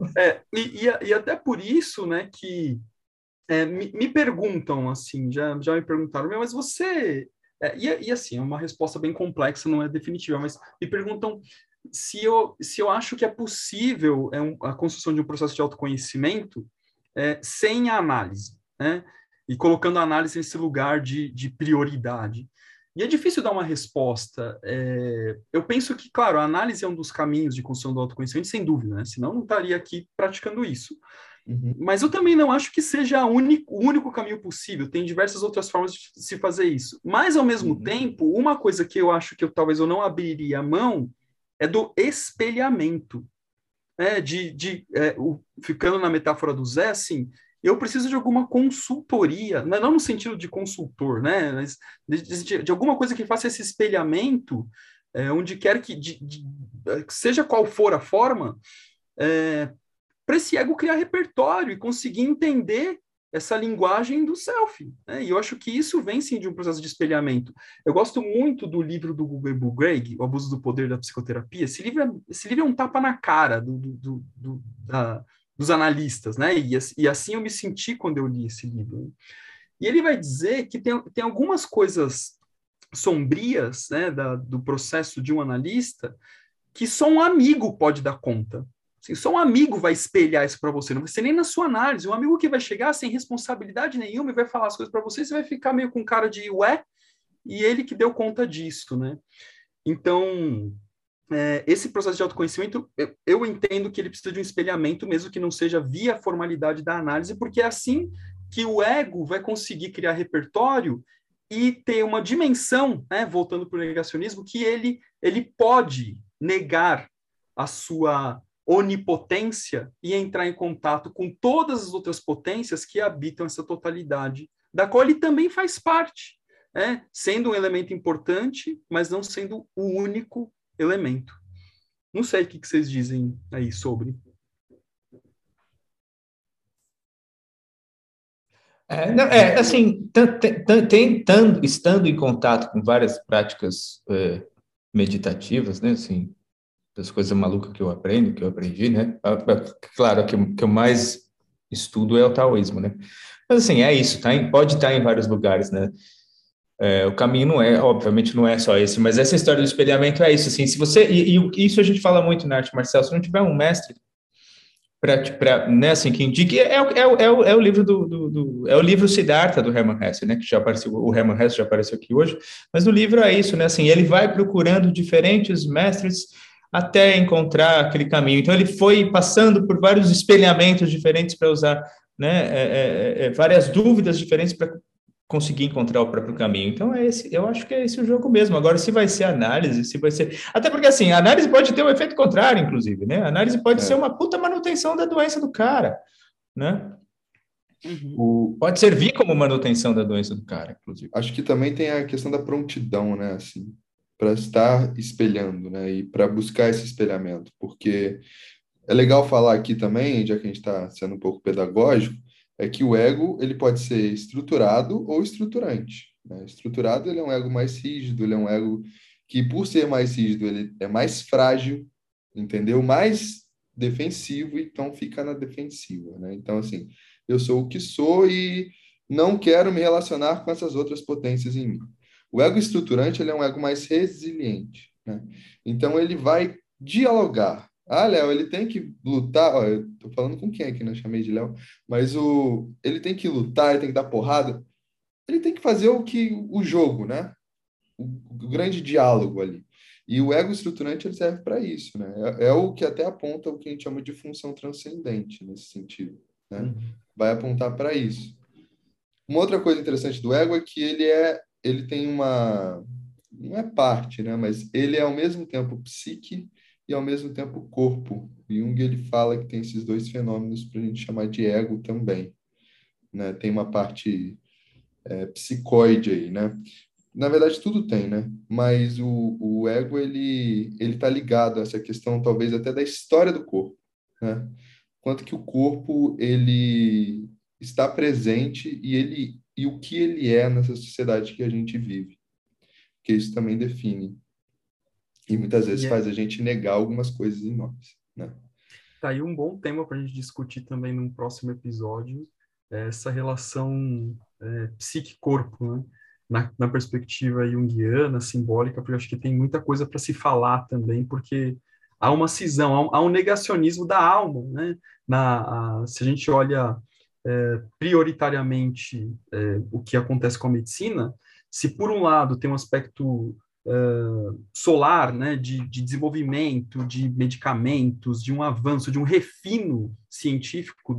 E até por isso, né, que me perguntam, assim, já me perguntaram, mas você... E assim, é uma resposta bem complexa, não é definitiva, mas me perguntam se eu acho que é possível a construção de um processo de autoconhecimento sem a análise, né? E colocando a análise nesse lugar de prioridade. E é difícil dar uma resposta. Eu penso que, claro, a análise é um dos caminhos de construção do autoconhecimento, sem dúvida, né? Senão não estaria aqui praticando isso. Uhum. Mas eu também não acho que seja o único caminho possível. Tem diversas outras formas de se fazer isso. Mas, ao mesmo tempo, uma coisa que eu acho que talvez eu não abriria a mão é do espelhamento. Ficando na metáfora do Zé, assim, eu preciso de alguma consultoria, não no sentido de consultor, né? Mas de alguma coisa que faça esse espelhamento, onde quer que, seja qual for a forma, para esse ego criar repertório e conseguir entender essa linguagem do self. Né? E eu acho que isso vem, sim, de um processo de espelhamento. Eu gosto muito do livro do Gugelbu Greg, O Abuso do Poder da Psicoterapia. Esse livro é um tapa na cara dos analistas, né? E assim eu me senti quando eu li esse livro. E ele vai dizer que tem algumas coisas sombrias, né, do processo de um analista que só um amigo pode dar conta. Assim, só um amigo vai espelhar isso para você, não vai ser nem na sua análise. Um amigo que vai chegar sem responsabilidade nenhuma e vai falar as coisas para você, você vai ficar meio com cara de ué, e ele que deu conta disso, né? Então, esse processo de autoconhecimento, eu entendo que ele precisa de um espelhamento, mesmo que não seja via formalidade da análise, porque é assim que o ego vai conseguir criar repertório e ter uma dimensão, né, voltando para o negacionismo, que ele pode negar a sua onipotência e entrar em contato com todas as outras potências que habitam essa totalidade, da qual ele também faz parte, sendo um elemento importante, mas não sendo o único elemento. Não sei o que vocês dizem aí sobre. Assim, estando em contato com várias práticas meditativas, né, assim, das coisas malucas que eu aprendi, né? Claro que o que eu mais estudo é o taoísmo, né? Mas assim, é isso, pode estar em vários lugares, né? O caminho obviamente não é só esse, mas essa história do espelhamento é isso, assim, se você, e isso a gente fala muito na arte marcial, se não tiver um mestre né, assim, que indique, o livro é o livro Siddhartha do Hermann Hesse, né, que já apareceu, o Hermann Hesse já apareceu aqui hoje, mas no livro é isso, né, assim, ele vai procurando diferentes mestres até encontrar aquele caminho. Então, ele foi passando por vários espelhamentos diferentes para usar, né, várias dúvidas diferentes para conseguir encontrar o próprio caminho. Então, eu acho que é esse o jogo mesmo. Agora, se vai ser análise, se vai ser... Até porque, assim, a análise pode ter um efeito contrário, inclusive, né? A análise pode ser uma puta manutenção da doença do cara, né? Pode servir como manutenção da doença do cara, inclusive. Acho que também tem a questão da prontidão, né? Assim, para estar espelhando, né? E para buscar esse espelhamento, porque é legal falar aqui também, já que a gente está sendo um pouco pedagógico, é que o ego ele pode ser estruturado ou estruturante, né? Estruturado, ele é um ego mais rígido, ele é um ego que, por ser mais rígido, ele é mais frágil, entendeu? Mais defensivo, então fica na defensiva, né? Então, assim, eu sou o que sou e não quero me relacionar com essas outras potências em mim. O ego estruturante, ele é um ego mais resiliente, né? Então, ele vai dialogar. Ah, Léo, ele tem que lutar. Ó, eu tô falando com quem aqui, né? Eu chamei de Léo. Mas ele tem que lutar, ele tem que dar porrada. Ele tem que fazer o jogo, né? O grande diálogo ali. E o ego estruturante ele serve para isso, né? É o que até aponta o que a gente chama de função transcendente nesse sentido, né? Vai apontar para isso. Uma outra coisa interessante do ego é que ele tem uma, não é parte, né? Mas ele é ao mesmo tempo psique e ao mesmo tempo corpo. Jung ele fala que tem esses dois fenômenos para a gente chamar de ego também, né? Tem uma parte psicoide aí, né? Na verdade, tudo tem, né? Mas o ego, ele tá ligado a essa questão, talvez, até da história do corpo, né? Quanto que o corpo, ele está presente e o que ele é nessa sociedade que a gente vive. Porque isso também define. E muitas vezes faz a gente negar algumas coisas em nós, né? Tá aí um bom tema para a gente discutir também num próximo episódio, essa relação psique-corpo, né? Na perspectiva junguiana, simbólica, porque eu acho que tem muita coisa para se falar também, porque há uma cisão, há um negacionismo da alma, né? Se a gente olha prioritariamente o que acontece com a medicina, se por um lado tem um aspecto solar, né, de desenvolvimento, de medicamentos, de um avanço, de um refino científico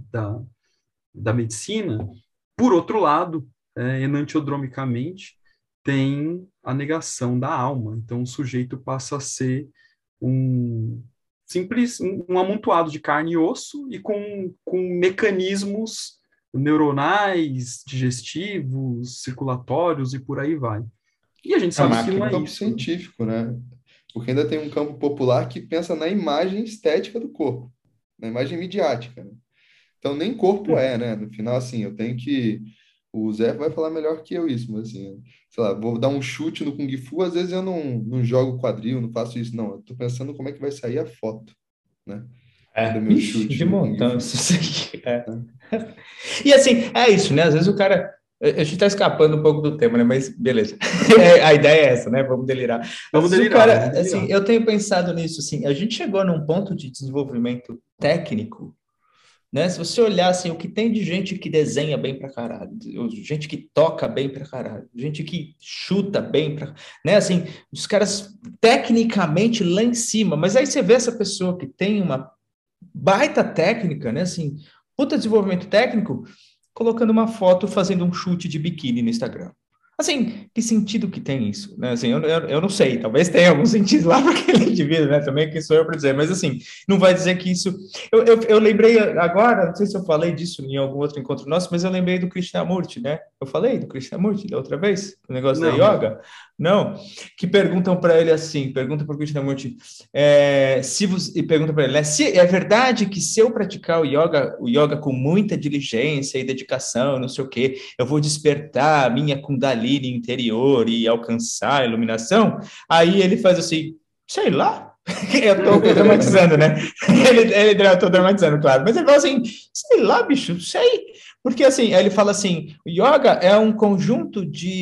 da medicina, por outro lado, enantiodromicamente, tem a negação da alma. Então, o sujeito passa a ser um amontoado de carne e osso e com mecanismos neuronais, digestivos, circulatórios e por aí vai. E a gente sabe que não é campo isso. científico, né? Porque ainda tem um campo popular que pensa na imagem estética do corpo, na imagem midiática, né? Então, nem corpo né? No final, assim, eu tenho que... O Zé vai falar melhor que eu isso, mas assim, sei lá, vou dar um chute no Kung Fu, às vezes eu não jogo quadril, não faço isso, não. Eu tô pensando como é que vai sair a foto, né? Do meu chute De no Kung montão, Fu. isso aqui. E assim, é isso, né? Às vezes o cara... A gente está escapando um pouco do tema, né? Mas beleza. A ideia é essa, né? Vamos delirar. Vamos Mas delirar, cara, assim, eu tenho pensado nisso, assim, a gente chegou num ponto de desenvolvimento técnico, né? Se você olhar, assim, o que tem de gente que desenha bem pra caralho, gente que toca bem pra caralho, gente que chuta bem pra... Né? Assim, os caras tecnicamente lá em cima, mas aí você vê essa pessoa que tem uma baita técnica, né? Assim, puta desenvolvimento técnico, colocando uma foto fazendo um chute de biquíni no Instagram. Assim, que sentido que tem isso? Né? Assim, eu não sei, talvez tenha algum sentido lá para aquele indivíduo, né? Também quem sou eu para dizer, mas assim, não vai dizer que isso... Eu lembrei agora, não sei se eu falei disso em algum outro encontro nosso, mas eu lembrei do Krishnamurti, né? Eu falei do Krishnamurti da outra vez, o negócio da yoga? Não. Que perguntam para ele assim, pergunta para o Krishnamurti, e pergunta para ele, né? Se é verdade que se eu praticar o yoga com muita diligência e dedicação, não sei o quê, eu vou despertar a minha Kundalini interior e alcançar a iluminação? Aí ele faz assim, sei lá, eu tô dramatizando, né? Eu tô dramatizando, claro, mas ele fala assim, sei lá, bicho, sei, porque assim, ele fala assim, o yoga é um conjunto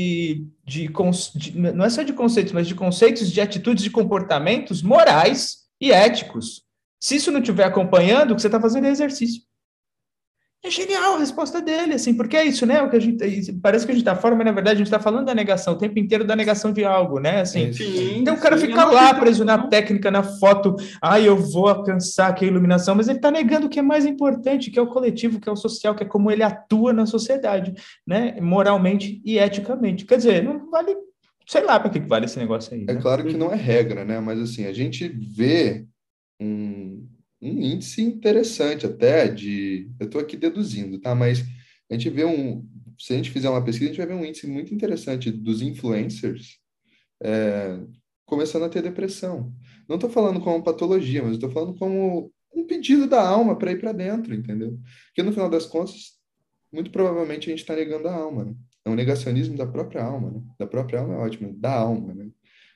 não é só de conceitos, mas de conceitos, de atitudes, de comportamentos morais e éticos. Se isso não estiver acompanhando, o que você está fazendo é exercício. É genial a resposta dele, assim, porque é isso, né? O que a gente, parece que a gente está fora, mas na verdade a gente está falando da negação, o tempo inteiro da negação de algo, né? Assim, então o cara fica lá preso na técnica, na foto, eu vou alcançar aqui a iluminação, mas ele está negando o que é mais importante, que é o coletivo, que é o social, que é como ele atua na sociedade, né? Moralmente e eticamente. Quer dizer, não vale, sei lá para que vale esse negócio aí. É claro que não é regra, né? Mas assim, a gente vê um um índice interessante até eu estou aqui deduzindo, tá? Mas a gente vê se a gente fizer uma pesquisa, a gente vai ver um índice muito interessante dos influencers começando a ter depressão. Não estou falando como patologia, mas estou falando como um pedido da alma para ir para dentro, entendeu? Porque no final das contas, muito provavelmente a gente está negando a alma, né? É um negacionismo da própria alma, né? Da própria alma é ótimo, da alma, né?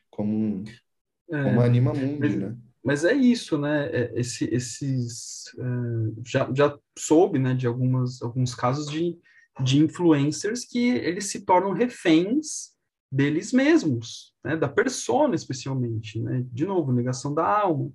Como É, anima mundi, mas, né? mas é isso, né? Já soube, né, de alguns casos de influencers que eles se tornam reféns deles mesmos, né? Da persona, especialmente, né? De novo, negação da alma.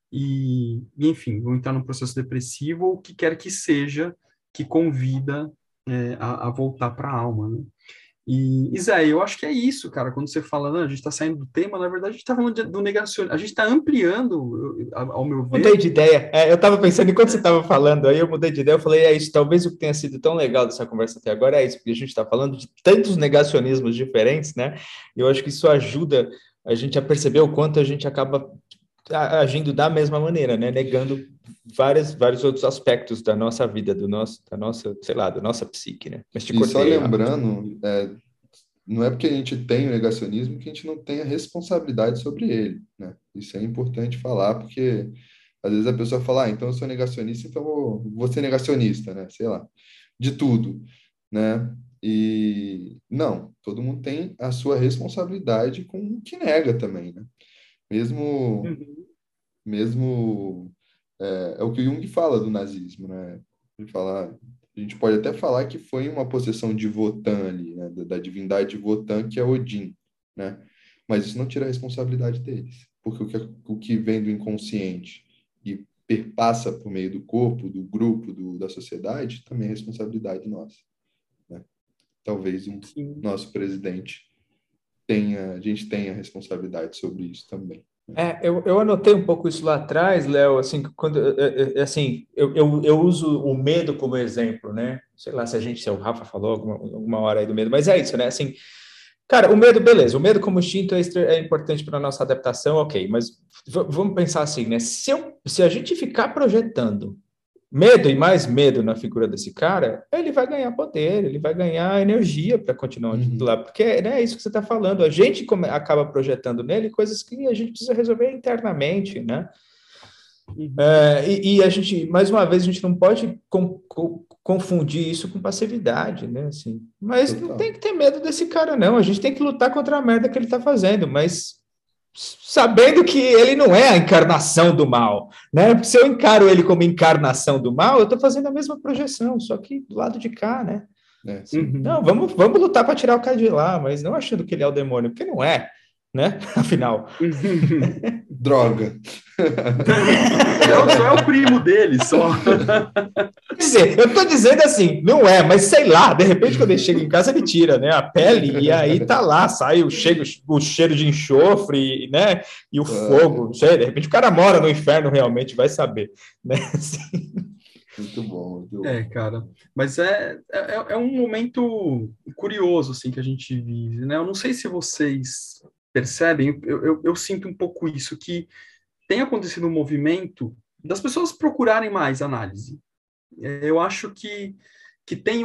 Enfim, vão entrar num processo depressivo ou o que quer que seja que convida a voltar para a alma, né? Zé, eu acho que é isso, cara. Quando você fala, não, a gente está saindo do tema, na verdade, a gente está falando do negacionismo, a gente está ampliando, ao meu Mudei ver. de ideia. Eu estava pensando, enquanto você estava falando, aí eu mudei de ideia, eu falei, é isso, talvez o que tenha sido tão legal dessa conversa até agora é isso, porque a gente está falando de tantos negacionismos diferentes, né? Eu acho que isso ajuda a gente a perceber o quanto a gente acaba agindo da mesma maneira, né? Negando vários outros aspectos da nossa vida, da nossa, sei lá, da nossa psique, né? Mas te E só cortei aí, rápido. lembrando, não é porque a gente tem o negacionismo que a gente não tem a responsabilidade sobre ele, né? Isso é importante falar, porque às vezes a pessoa fala, então eu sou negacionista, então vou ser negacionista, né? Sei lá, de tudo, né? E não, todo mundo tem a sua responsabilidade com o que nega também, né? Mesmo, Uhum. mesmo é o que o Jung fala do nazismo, né? Ele fala, a gente pode até falar que foi uma possessão de Wotan ali, né? Da divindade de Wotan, que é Odin, né? Mas isso não tira a responsabilidade deles, porque o que vem do inconsciente e perpassa por meio do corpo, do grupo, da sociedade, também é responsabilidade nossa, né? Talvez Sim. nosso presidente a gente tenha responsabilidade sobre isso também. Eu anotei um pouco isso lá atrás, Léo, assim, assim, eu uso o medo como exemplo, né? Sei lá se o Rafa falou alguma hora aí do medo, mas é isso, né? Assim, cara, o medo, beleza, o medo como instinto é importante para a nossa adaptação, ok, mas vamos pensar assim, né? Se a gente ficar projetando medo e mais medo na figura desse cara, ele vai ganhar poder, ele vai ganhar energia para continuar lá, Uhum. porque né, é isso que você está falando. A gente acaba projetando nele coisas que a gente precisa resolver internamente, né? Uhum. E a gente, mais uma vez, a gente não pode confundir isso com passividade, né? Assim, mas não Total. tem que ter medo desse cara, não. A gente tem que lutar contra a merda que ele está fazendo, mas sabendo que ele não é a encarnação do mal, né? Se eu encaro ele como encarnação do mal, eu estou fazendo a mesma projeção, só que do lado de cá, né? Sim. Não, Uhum. vamos lutar para tirar o cara de lá, mas não achando que ele é o demônio, porque não é, né? Afinal. Droga. Só é o primo dele, só. Quer dizer, eu estou dizendo assim, não é, mas sei lá, de repente quando ele chega em casa ele tira, né, a pele e aí tá lá, sai o cheiro de enxofre, né, e o fogo, não sei, de repente o cara mora no inferno realmente, vai saber, né, assim. Muito bom, muito bom. Cara, mas é um momento curioso, assim, que a gente vive, né? Eu não sei se vocês percebem, eu sinto um pouco isso, que tem acontecido um movimento das pessoas procurarem mais análise. Eu acho que tem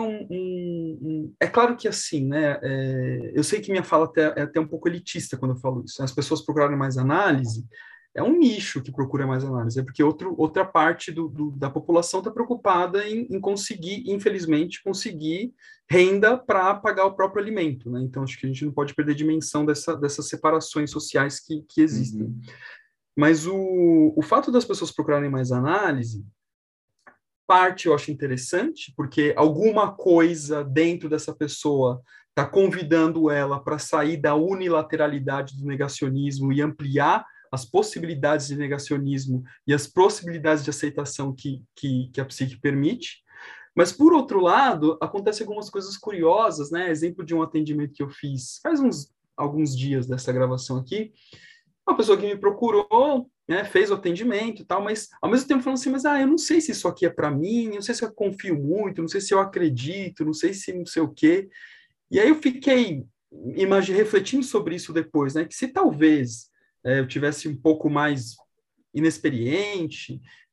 É claro que assim, né? Eu sei que minha fala é até um pouco elitista quando eu falo isso, né? As pessoas procurarem mais análise, é um nicho que procura mais análise, é porque outra parte da população está preocupada em conseguir, infelizmente, conseguir renda para pagar o próprio alimento, né? Então, acho que a gente não pode perder a dimensão dessas separações sociais que existem. Uhum. Mas o fato das pessoas procurarem mais análise, parte eu acho interessante, porque alguma coisa dentro dessa pessoa está convidando ela para sair da unilateralidade do negacionismo e ampliar as possibilidades de negacionismo e as possibilidades de aceitação que a psique permite. Mas, por outro lado, acontecem algumas coisas curiosas, né? Exemplo de um atendimento que eu fiz faz alguns dias dessa gravação aqui, uma pessoa que me procurou, né, fez o atendimento e tal, mas ao mesmo tempo falando assim, mas eu não sei se isso aqui é para mim, eu não sei se eu confio muito, não sei se eu acredito, não sei se não sei o quê. E aí eu fiquei refletindo sobre isso depois, né, que se talvez eu tivesse um pouco mais inexperiente,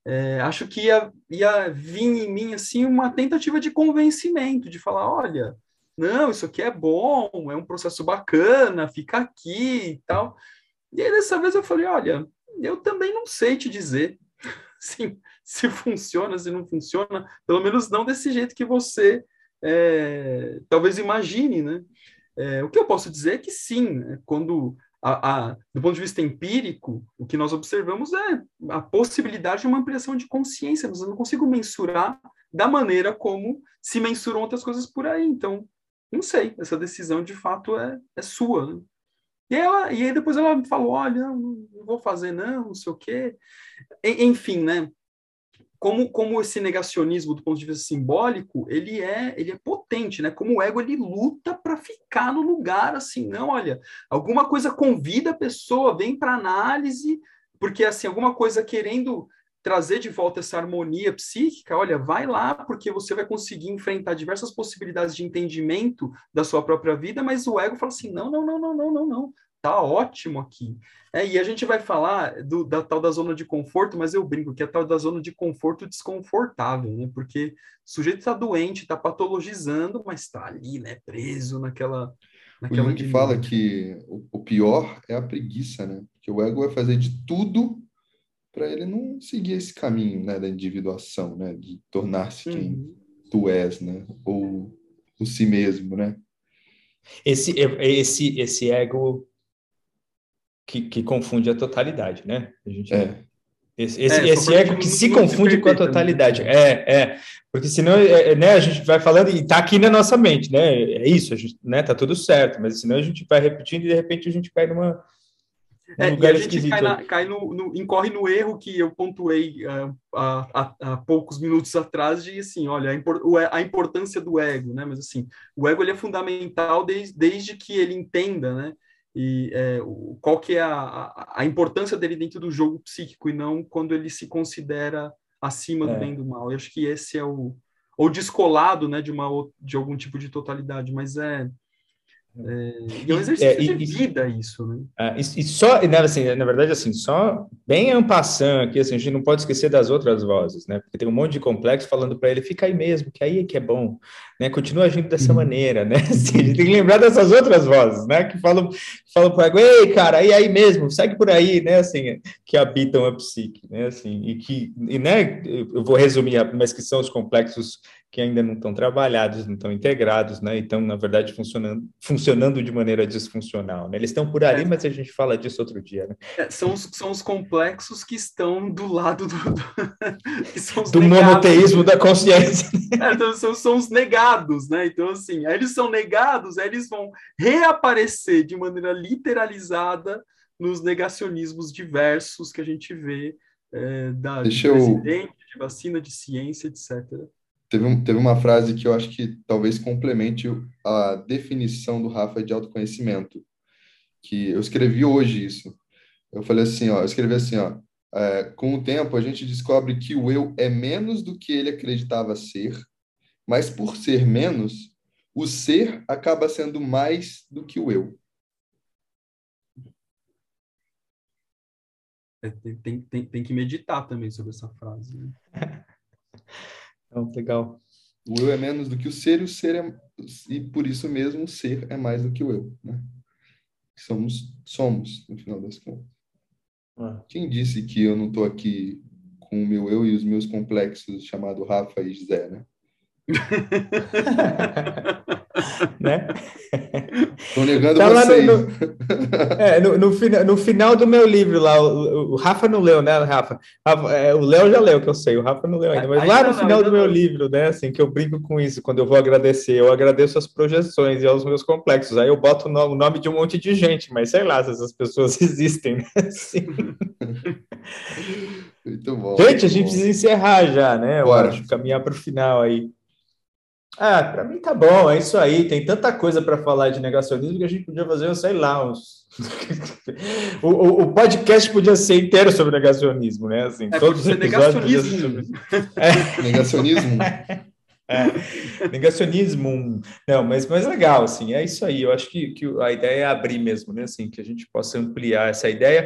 acho que ia vir em mim, assim, uma tentativa de convencimento, de falar, olha, não, isso aqui é bom, é um processo bacana, fica aqui e tal. E aí, dessa vez, eu falei, olha, eu também não sei te dizer sim, se funciona, se não funciona, pelo menos não desse jeito que você talvez imagine, né? O que eu posso dizer é que sim, né? Quando do ponto de vista empírico, o que nós observamos é a possibilidade de uma ampliação de consciência, mas eu não consigo mensurar da maneira como se mensuram outras coisas por aí. Então, não sei, essa decisão de fato é sua, né? E aí depois ela me falou, olha, não vou fazer não sei o quê. Enfim, né? Como esse negacionismo do ponto de vista simbólico, ele é potente, né? Como o ego, ele luta para ficar no lugar, assim, não, olha, alguma coisa convida a pessoa, vem para análise, porque, assim, alguma coisa querendo trazer de volta essa harmonia psíquica, olha, vai lá, porque você vai conseguir enfrentar diversas possibilidades de entendimento da sua própria vida, mas o ego fala assim, não, não, não, não, não, não, não, tá ótimo aqui. E a gente vai falar da tal da zona de conforto, mas eu brinco que é a tal da zona de conforto desconfortável, né? Porque o sujeito está doente, está patologizando, mas está ali, né? Preso O naquela Jung fala dinâmica. que o pior é a preguiça, né? Que o ego vai fazer de tudo para ele não seguir esse caminho, né, da individuação, né, de tornar-se quem Uhum. tu és, né, ou o si mesmo, né? Esse ego que confunde a totalidade, né? A gente É, Só esse para a gente ego que se não se confunde com a perder também, né? totalidade. Porque senão, né, a gente vai falando e está aqui na nossa mente, né? É isso, a gente, né, tá tudo certo, mas senão a gente vai repetindo e de repente a gente cai num E lugar a gente esquisito. incorre no erro que eu pontuei há poucos minutos atrás de, assim, olha, a importância do ego, né? Mas, assim, o ego, ele é fundamental desde que ele entenda, né? E qual que é a importância dele dentro do jogo psíquico e não quando ele se considera acima do bem e É. do mal. Eu acho que esse é ou descolado, né, de algum tipo de totalidade, mas e é um E, exercício de vida isso, né? e só, né, assim, na verdade, assim, só bem en passant aqui, assim, a gente não pode esquecer das outras vozes, né? Porque tem um monte de complexo falando para ele, fica aí mesmo, que aí é que é bom, né? Continua agindo dessa maneira, né? Assim, a gente tem que lembrar dessas outras vozes, né? Que falam para ele, ei, cara, e aí mesmo, segue por aí, né? Assim, que habitam a psique, né? Assim, né? Eu vou resumir, mas que são os complexos que ainda não estão trabalhados, não estão integrados, né? Então, na verdade, funcionando de maneira disfuncional, né? Eles estão por ali, mas a gente fala disso outro dia, né? São os complexos que estão do lado que são os Do negados, monoteísmo né? da consciência. Então, são os negados, né? Então, assim, aí eles são negados, aí eles vão reaparecer de maneira literalizada nos negacionismos diversos que a gente vê de deixa eu... presidente, de vacina, de ciência, etc. Teve uma frase que eu acho que talvez complemente a definição do Rafa de autoconhecimento, que eu escrevi hoje isso. Eu falei assim, ó, eu escrevi assim, ó, com o tempo a gente descobre que o eu é menos do que ele acreditava ser, mas por ser menos, o ser acaba sendo mais do que o eu. Tem que meditar também sobre essa frase, né? Então, legal. O eu é menos do que o ser e por isso mesmo o ser é mais do que o eu, né? Somos, no final das contas. Quem disse que eu não estou aqui com o meu eu e os meus complexos chamado Rafa e Zé, né? Né? Estou negando Tá lá vocês. no final do meu livro lá, o Rafa não leu, né, Rafa? O Léo já leu, que eu sei, o Rafa não leu ainda, mas lá no final do meu livro, né, assim, que eu brinco com isso, quando eu vou agradecer, eu agradeço as projeções e aos meus complexos, aí eu boto o nome de um monte de gente, mas sei lá se essas pessoas existem, né, assim. Muito bom. Gente, a gente precisa encerrar já, né, eu Bora. acho, caminhar para o final aí. Para mim tá bom, é isso aí. Tem tanta coisa para falar de negacionismo que a gente podia fazer, sei lá, o podcast podia ser inteiro sobre negacionismo, né? Assim, todos os episódios podiam ser sobre Negacionismo? Negacionismo, não, mas legal, assim, é isso aí. Eu acho que a ideia é abrir mesmo, né? Assim, que a gente possa ampliar essa ideia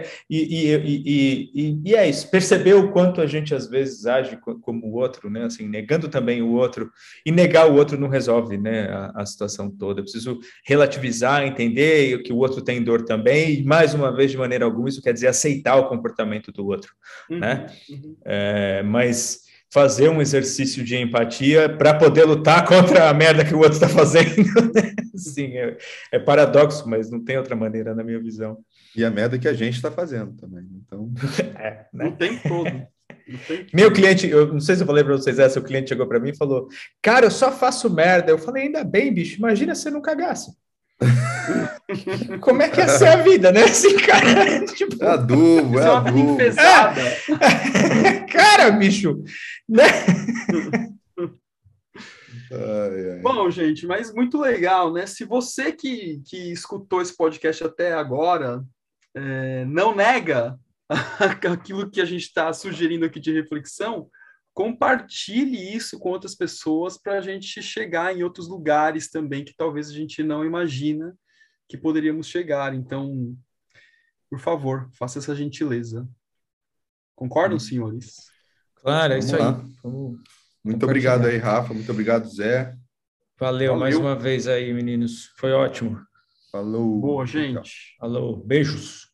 e é isso. Perceber o quanto a gente às vezes age como o outro, né? Assim, negando também o outro e negar o outro não resolve, né? A situação toda. Eu preciso relativizar, entender que o outro tem dor também e mais uma vez, de maneira alguma, isso quer dizer aceitar o comportamento do outro, né? Mas fazer um exercício de empatia para poder lutar contra a merda que o outro está fazendo. Sim, é paradoxo, mas não tem outra maneira, na minha visão. E a merda que a gente está fazendo também. Então... né? O tempo todo. Meu cliente, eu não sei se eu falei para vocês, seu cliente chegou para mim e falou, cara, eu só faço merda. Eu falei, ainda bem, bicho, imagina se você não cagasse. Como é que ia ser a vida, né? Assim, cara, tipo, adubo, é uma vida enfesada. Cara, bicho, né? Bom, gente, mas muito legal, né? Se você que escutou esse podcast até agora não nega aquilo que a gente está sugerindo aqui de reflexão, compartilhe isso com outras pessoas para a gente chegar em outros lugares também que talvez a gente não imagina que poderíamos chegar. Então, por favor, faça essa gentileza. Concordam, senhores? Claro, é isso aí. Muito obrigado aí, Rafa. Muito obrigado, Zé. Valeu mais uma vez aí, meninos. Foi ótimo. Falou. Boa, gente. Falou. Beijos.